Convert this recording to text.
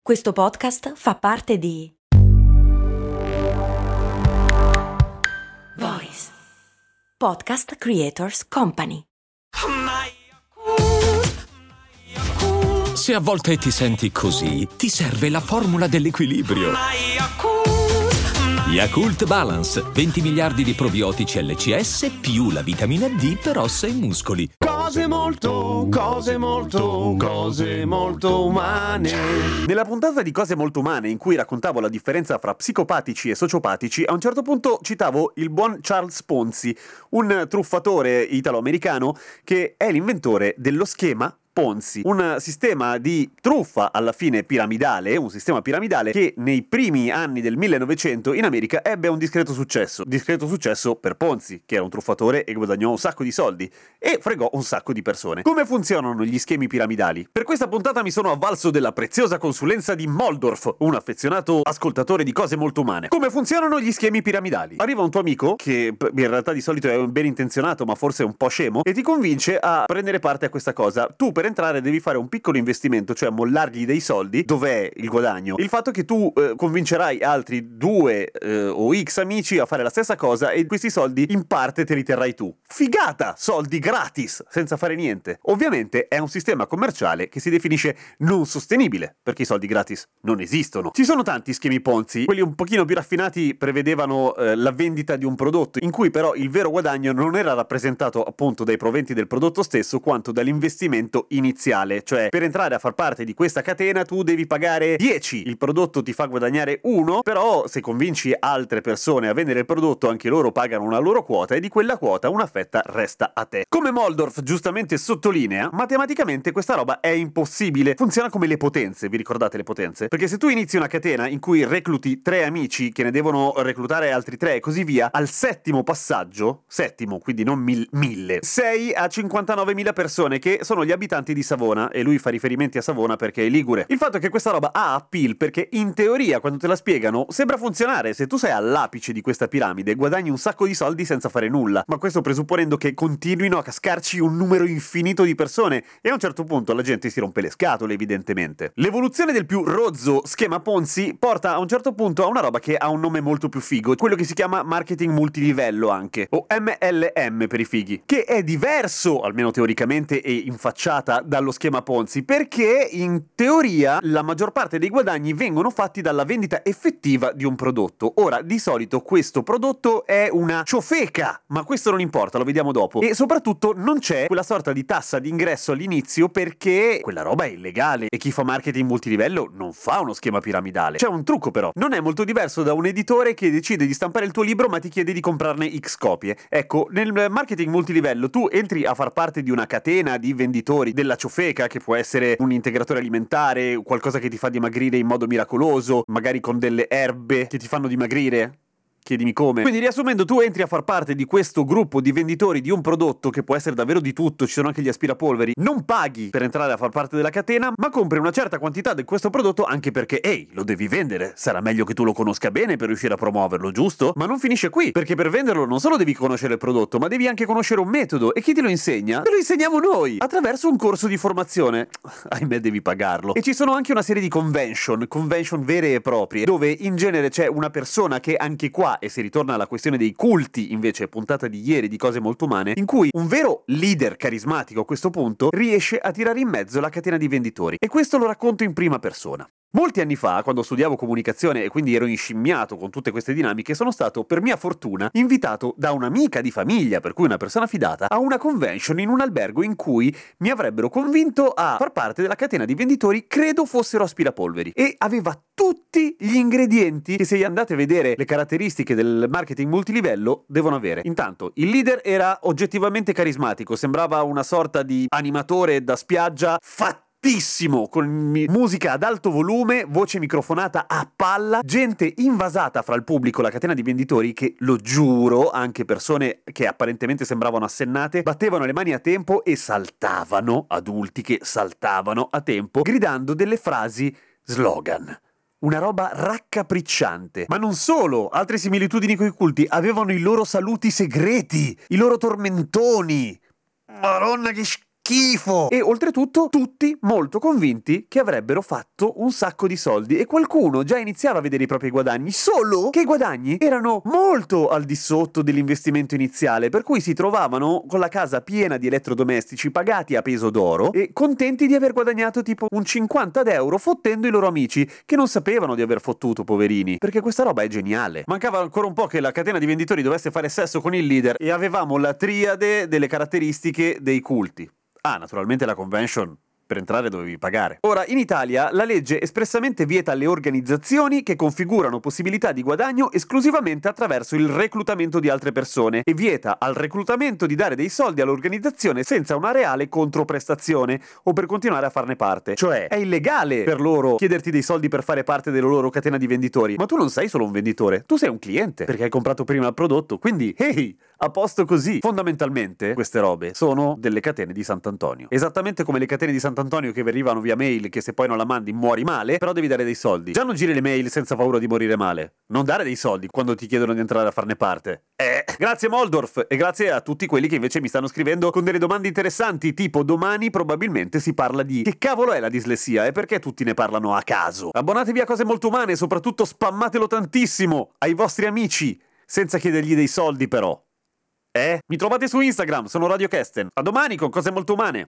Questo podcast fa parte di Voice Podcast Creators Company. Se a volte ti senti così, ti serve la formula dell'equilibrio. Yakult Balance, 20 miliardi di probiotici LCS più la vitamina D per ossa e muscoli. Cose molto umane. Nella puntata di Cose molto umane, in cui raccontavo la differenza fra psicopatici e sociopatici, a un certo punto citavo il buon Charles Ponzi, un truffatore italo-americano che è l'inventore dello schema Ponzi, un sistema di truffa alla fine piramidale, un sistema piramidale che nei primi anni del 1900 in America ebbe un discreto successo per Ponzi, che era un truffatore e guadagnò un sacco di soldi e fregò un sacco di persone. Come funzionano gli schemi piramidali? Per questa puntata mi sono avvalso della preziosa consulenza di Moldorf, un affezionato ascoltatore di Cose molto umane. Come funzionano gli schemi piramidali? Arriva un tuo amico, che in realtà di solito è ben intenzionato ma forse è un po' scemo, e ti convince a prendere parte a questa cosa. Tu per entrare devi fare un piccolo investimento, cioè mollargli dei soldi. Dov'è il guadagno? Il fatto che tu convincerai altri 2 o X amici a fare la stessa cosa e questi soldi in parte te li terrai tu. Figata! Soldi gratis, senza fare niente. Ovviamente è un sistema commerciale che si definisce non sostenibile, perché i soldi gratis non esistono. Ci sono tanti schemi Ponzi, quelli un pochino più raffinati prevedevano la vendita di un prodotto, in cui però il vero guadagno non era rappresentato appunto dai proventi del prodotto stesso, quanto dall'investimento iniziale. Cioè, per entrare a far parte di questa catena tu devi pagare 10, il prodotto ti fa guadagnare 1, però se convinci altre persone a vendere il prodotto anche loro pagano una loro quota e di quella quota una fetta resta a te. Come Moldorf giustamente sottolinea, matematicamente questa roba è impossibile. Funziona come le potenze, vi ricordate le potenze? Perché se tu inizi una catena in cui recluti 3 amici che ne devono reclutare altri 3 e così via, al settimo passaggio, settimo quindi non 1000, sei a 59.000 persone che sono gli abitanti di Savona, e lui fa riferimenti a Savona perché è ligure. Il fatto è che questa roba ha appeal perché in teoria quando te la spiegano sembra funzionare. Se tu sei all'apice di questa piramide guadagni un sacco di soldi senza fare nulla, ma questo presupponendo che continuino a cascarci un numero infinito di persone e a un certo punto la gente si rompe le scatole, evidentemente. L'evoluzione del più rozzo schema Ponzi porta a un certo punto a una roba che ha un nome molto più figo, quello che si chiama marketing multilivello anche, o MLM per i fighi, che è diverso, almeno teoricamente e in facciata, dallo schema Ponzi, perché in teoria la maggior parte dei guadagni vengono fatti dalla vendita effettiva di un prodotto. Ora, di solito questo prodotto è una ciofeca, ma questo non importa, lo vediamo dopo. E soprattutto non c'è quella sorta di tassa d'ingresso all'inizio perché quella roba è illegale e chi fa marketing multilivello non fa uno schema piramidale. C'è un trucco però, non è molto diverso da un editore che decide di stampare il tuo libro ma ti chiede di comprarne X copie. Ecco, nel marketing multilivello tu entri a far parte di una catena di venditori della ciofeca, che può essere un integratore alimentare, qualcosa che ti fa dimagrire in modo miracoloso, magari con delle erbe che ti fanno dimagrire. Chiedimi come. Quindi riassumendo, tu entri a far parte di questo gruppo di venditori di un prodotto che può essere davvero di tutto, ci sono anche gli aspirapolveri, non paghi per entrare a far parte della catena, ma compri una certa quantità di questo prodotto anche perché, ehi, lo devi vendere, sarà meglio che tu lo conosca bene per riuscire a promuoverlo, giusto? Ma non finisce qui, perché per venderlo non solo devi conoscere il prodotto, ma devi anche conoscere un metodo, e chi te lo insegna? Te lo insegniamo noi, attraverso un corso di formazione. Ahimè, devi pagarlo. E ci sono anche una serie di convention vere e proprie, dove in genere c'è una persona che anche qua, e si ritorna alla questione dei culti, invece puntata di ieri di Cose molto umane, in cui un vero leader carismatico a questo punto riesce a tirare in mezzo la catena di venditori, e questo lo racconto in prima persona. Molti anni fa, quando studiavo comunicazione e quindi ero inscimmiato con tutte queste dinamiche, sono stato, per mia fortuna, invitato da un'amica di famiglia, per cui una persona fidata, a una convention in un albergo in cui mi avrebbero convinto a far parte della catena di venditori, credo fossero aspirapolveri, e aveva tutti gli ingredienti che, se andate a vedere le caratteristiche del marketing multilivello, devono avere. Intanto, il leader era oggettivamente carismatico, sembrava una sorta di animatore da spiaggia con musica ad alto volume, voce microfonata a palla, gente invasata fra il pubblico, la catena di venditori che, lo giuro, anche persone che apparentemente sembravano assennate, battevano le mani a tempo e saltavano, adulti che saltavano a tempo, gridando delle frasi slogan. Una roba raccapricciante. Ma non solo, altre similitudini coi culti, avevano i loro saluti segreti, i loro tormentoni. Madonna, che schifo! E oltretutto tutti molto convinti che avrebbero fatto un sacco di soldi, e qualcuno già iniziava a vedere i propri guadagni, solo che i guadagni erano molto al di sotto dell'investimento iniziale, per cui si trovavano con la casa piena di elettrodomestici pagati a peso d'oro e contenti di aver guadagnato tipo un 50 euro fottendo i loro amici, che non sapevano di aver fottuto, poverini, perché questa roba è geniale. Mancava ancora un po' che la catena di venditori dovesse fare sesso con il leader e avevamo la triade delle caratteristiche dei culti. Ah, naturalmente la convention. Per entrare dovevi pagare. Ora, in Italia, la legge espressamente vieta alle organizzazioni che configurano possibilità di guadagno esclusivamente attraverso il reclutamento di altre persone, e vieta al reclutamento di dare dei soldi all'organizzazione senza una reale controprestazione o per continuare a farne parte. Cioè, è illegale per loro chiederti dei soldi per fare parte della loro catena di venditori. Ma tu non sei solo un venditore, tu sei un cliente, perché hai comprato prima il prodotto, quindi, hey, a posto così. Fondamentalmente, queste robe sono delle catene di Sant'Antonio. Esattamente come le catene di Sant'Antonio che vi arrivano via mail, che se poi non la mandi muori male, però devi dare dei soldi. Già non giri le mail senza paura di morire male. Non dare dei soldi quando ti chiedono di entrare a farne parte. Grazie Moldorf, e grazie a tutti quelli che invece mi stanno scrivendo con delle domande interessanti, tipo domani probabilmente si parla di che cavolo è la dislessia e perché tutti ne parlano a caso. Abbonatevi a Cose Molto Umane e soprattutto spammatelo tantissimo ai vostri amici, senza chiedergli dei soldi però. Mi trovate su Instagram, sono Radio Kesten. A domani con Cose Molto Umane.